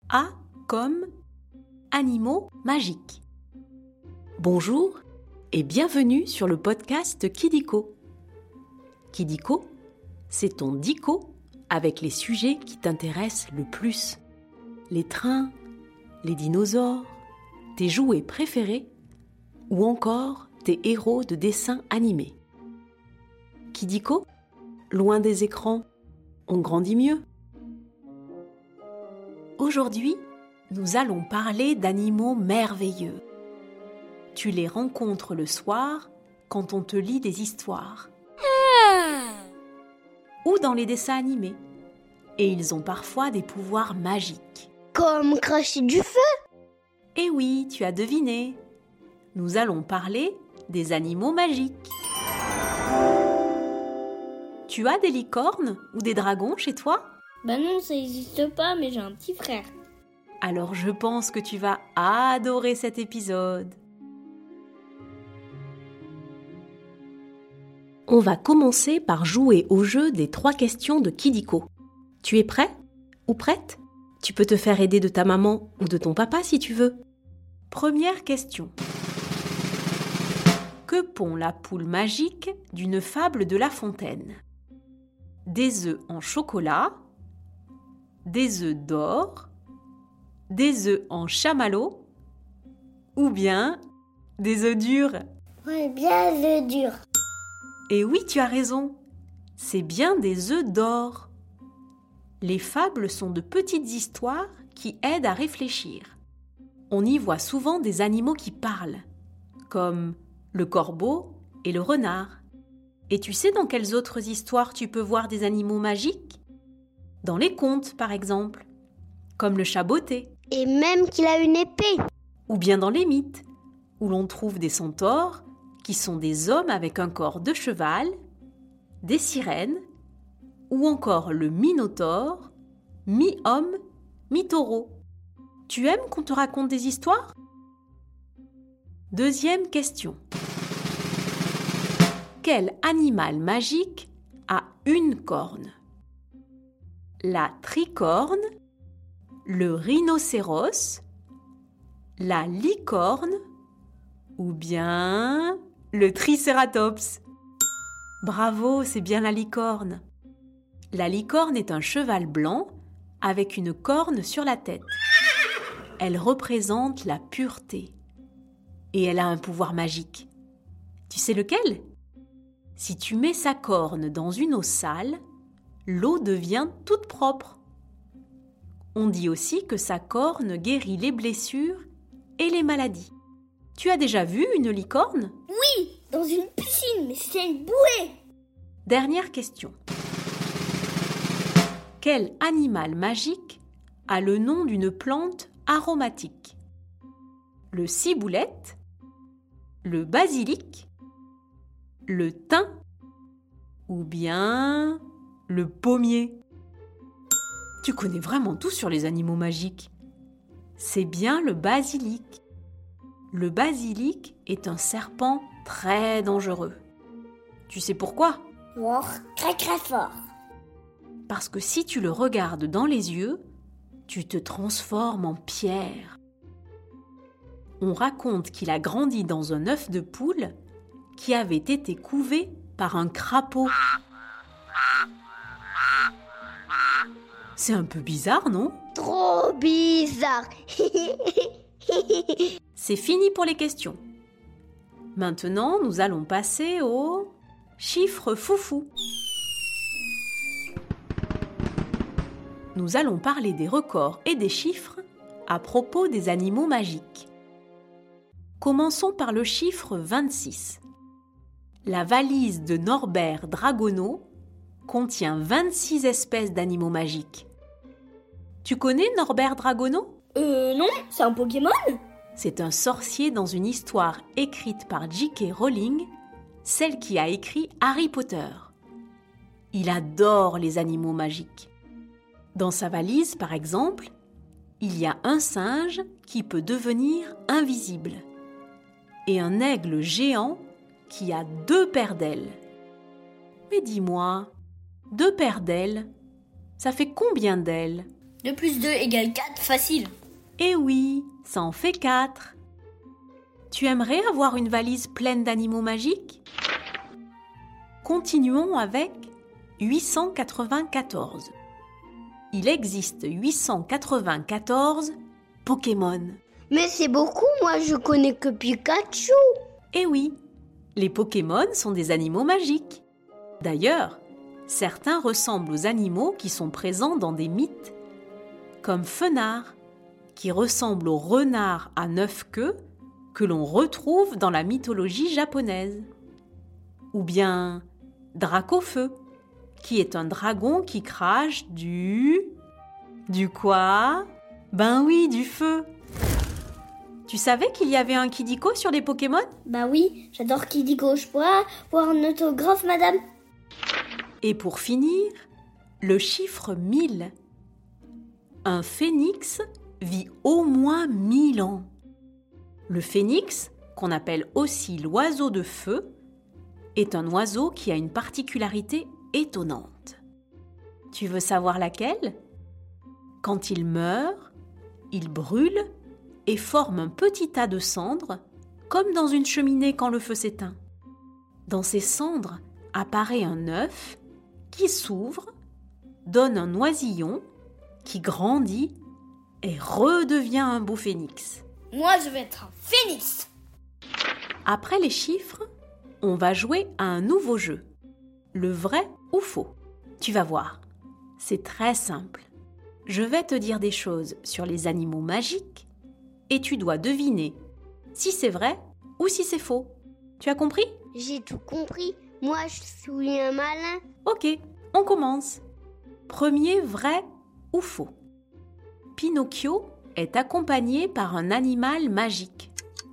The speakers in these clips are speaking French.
A comme animaux magiques. Bonjour et bienvenue sur le podcast Kidiko. Kidiko, c'est ton dico avec les sujets qui t'intéressent le plus. Les trains, les dinosaures, tes jouets préférés ou encore tes héros de dessins animés. Kidiko, loin des écrans, on grandit mieux. Aujourd'hui, nous allons parler d'animaux merveilleux. Tu les rencontres le soir quand on te lit des histoires. Ou dans les dessins animés. Et ils ont parfois des pouvoirs magiques. Comme cracher du feu? Eh oui, tu as deviné. Nous allons parler des animaux magiques. Tu as des licornes ou des dragons chez toi ? Non, ça n'existe pas, mais j'ai un petit frère. Alors je pense que tu vas adorer cet épisode. On va commencer par jouer au jeu des 3 questions de Kidiko. Tu es prêt ou prête ? Tu peux te faire aider de ta maman ou de ton papa si tu veux. Première question. Que pond la poule magique d'une fable de La Fontaine ? Des œufs en chocolat, des œufs d'or, des œufs en chamallow ou bien des œufs durs ? Ouais, bien œufs durs. Et oui, tu as raison, c'est bien des œufs d'or. Les fables sont de petites histoires qui aident à réfléchir. On y voit souvent des animaux qui parlent, comme le corbeau et le renard. Et tu sais dans quelles autres histoires tu peux voir des animaux magiques ? Dans les contes, par exemple, comme le chat botté. Et même qu'il a une épée. Ou bien dans les mythes, où l'on trouve des centaures qui sont des hommes avec un corps de cheval, des sirènes, ou encore le minotaure, mi-homme, mi-taureau. Tu aimes qu'on te raconte des histoires ? Deuxième question. Quel animal magique a une corne ? La tricorne, le rhinocéros, la licorne ou bien le tricératops ? Bravo, c'est bien la licorne. La licorne est un cheval blanc avec une corne sur la tête. Elle représente la pureté et elle a un pouvoir magique. Tu sais lequel ? Si tu mets sa corne dans une eau sale, l'eau devient toute propre. On dit aussi que sa corne guérit les blessures et les maladies. Tu as déjà vu une licorne ? Oui, dans une piscine, mais c'est une bouée. Dernière question. Quel animal magique a le nom d'une plante aromatique ? Le ciboulette, le basilic, le thym ou bien le pommier ? Tu connais vraiment tout sur les animaux magiques. C'est bien le basilic. Le basilic est un serpent très dangereux. Tu sais pourquoi ? Oh, très très fort. Parce que si tu le regardes dans les yeux, tu te transformes en pierre. On raconte qu'il a grandi dans un œuf de poule qui avait été couvé par un crapaud. C'est un peu bizarre, non ? Trop bizarre. C'est fini pour les questions. Maintenant, nous allons passer au chiffre foufou. Nous allons parler des records et des chiffres à propos des animaux magiques. Commençons par le chiffre 26. La valise de Norbert Dragono contient 26 espèces d'animaux magiques. Tu connais Norbert Dragono ? Non, c'est un Pokémon ? C'est un sorcier dans une histoire écrite par J.K. Rowling, celle qui a écrit Harry Potter. Il adore les animaux magiques. Dans sa valise, par exemple, il y a un singe qui peut devenir invisible et un aigle géant qui a 2 paires d'ailes. Mais dis-moi, 2 paires d'ailes, ça fait combien d'ailes ? 2 plus 2 égale 4, facile. Eh oui, ça en fait 4. Tu aimerais avoir une valise pleine d'animaux magiques ? Continuons avec 894. Il existe 894 Pokémon. Mais c'est beaucoup, moi je connais que Pikachu. Eh oui, les Pokémon sont des animaux magiques. D'ailleurs, certains ressemblent aux animaux qui sont présents dans des mythes, comme Fenard, qui ressemble au renard à 9 queues que l'on retrouve dans la mythologie japonaise. Ou bien Dracofeu, qui est un dragon qui crache du quoi ? Ben oui, du feu. Tu savais qu'il y avait un Kidiko sur les Pokémon ? Bah oui, j'adore Kidiko. Je pourrais avoir un autographe, madame ? Et pour finir, le chiffre 1000. Un phénix vit au moins 1000 ans. Le phénix, qu'on appelle aussi l'oiseau de feu, est un oiseau qui a une particularité étonnante. Tu veux savoir laquelle ? Quand il meurt, il brûle et forme un petit tas de cendres, comme dans une cheminée quand le feu s'éteint. Dans ces cendres apparaît un œuf qui s'ouvre, donne un oisillon qui grandit et redevient un beau phénix. Moi, je vais être un phénix. Après les chiffres, on va jouer à un nouveau jeu, le vrai ou faux. Tu vas voir, c'est très simple. Je vais te dire des choses sur les animaux magiques et tu dois deviner si c'est vrai ou si c'est faux. Tu as compris ? J'ai tout compris. Moi, je suis un malin. Ok, on commence. Premier vrai ou faux. Pinocchio est accompagné par un animal magique.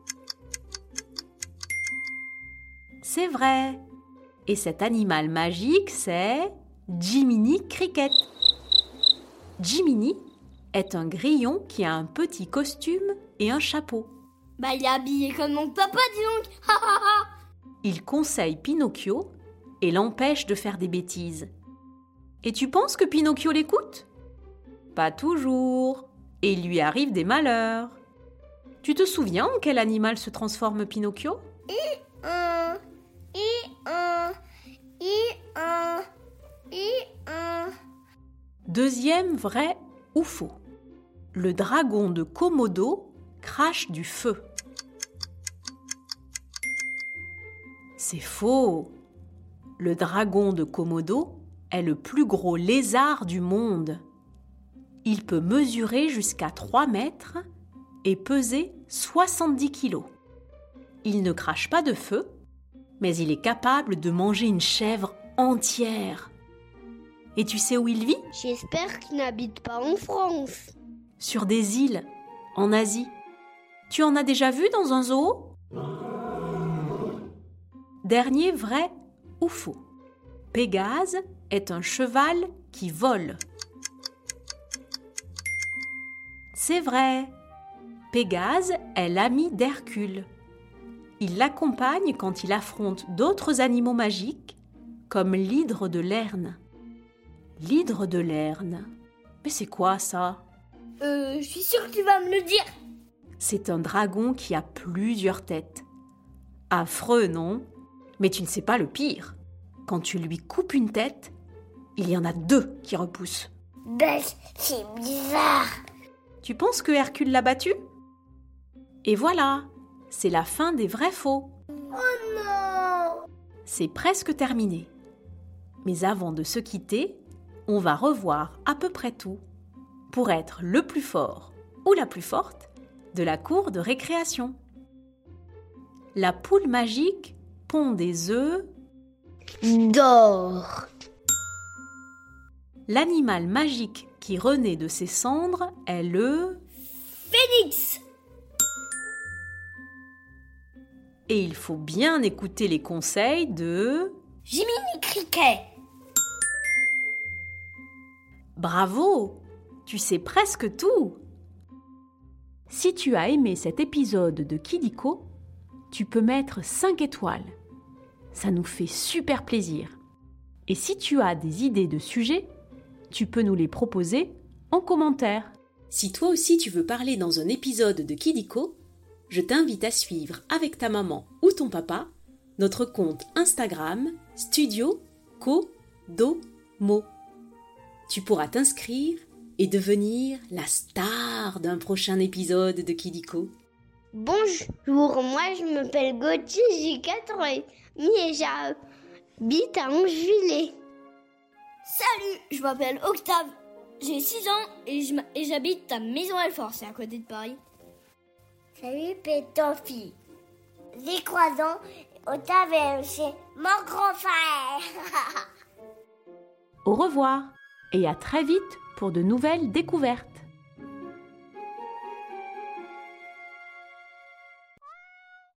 C'est vrai. Et cet animal magique, c'est Jiminy Cricket. Jiminy est un grillon qui a un petit costume et un chapeau. Bah, il est habillé comme mon papa, dis donc. Il conseille Pinocchio et l'empêche de faire des bêtises. Et tu penses que Pinocchio l'écoute ? Pas toujours. Et il lui arrive des malheurs. Tu te souviens en quel animal se transforme Pinocchio ? Deuxième vrai ou faux. Le dragon de Komodo crache du feu. C'est faux. Le dragon de Komodo est le plus gros lézard du monde. Il peut mesurer jusqu'à 3 mètres et peser 70 kilos. Il ne crache pas de feu, mais il est capable de manger une chèvre entière. Et tu sais où il vit ? J'espère qu'il n'habite pas en France. Sur des îles, en Asie. Tu en as déjà vu dans un zoo ? Dernier vrai ou faux. Pégase est un cheval qui vole. C'est vrai. Pégase est l'ami d'Hercule. Il l'accompagne quand il affronte d'autres animaux magiques, comme l'hydre de Lerne. L'hydre de Lerne. Mais c'est quoi ça ? Je suis sûre que tu vas me le dire. C'est un dragon qui a plusieurs têtes. Affreux, non ? Mais tu ne sais pas le pire. Quand tu lui coupes une tête, il y en a 2 qui repoussent. Ben, c'est bizarre. Tu penses que Hercule l'a battu ? Et voilà, c'est la fin des vrais faux. Oh non! C'est presque terminé. Mais avant de se quitter, on va revoir à peu près tout pour être le plus fort ou la plus forte de la cour de récréation. La poule magique pond des œufs d'or. L'animal magique qui renaît de ses cendres est le phénix. Et il faut bien écouter les conseils de Jiminy Cricket. Bravo, tu sais presque tout. Si tu as aimé cet épisode de Kidiko, tu peux mettre 5 étoiles. Ça nous fait super plaisir. Et si tu as des idées de sujets, tu peux nous les proposer en commentaire. Si toi aussi tu veux parler dans un épisode de Kidiko, je t'invite à suivre avec ta maman ou ton papa notre compte Instagram Studio Kodomo. Tu pourras t'inscrire et devenir la star d'un prochain épisode de Kidiko. Bonjour, moi je m'appelle Gauthier, j'ai 4 ans et demi et j'habite à Angevillers. Salut, je m'appelle Octave, j'ai 6 ans et j'habite à Maison-Alfort, c'est à côté de Paris. Salut Pétofi, j'ai 3 ans, Octave c'est mon grand frère. Au revoir et à très vite pour de nouvelles découvertes.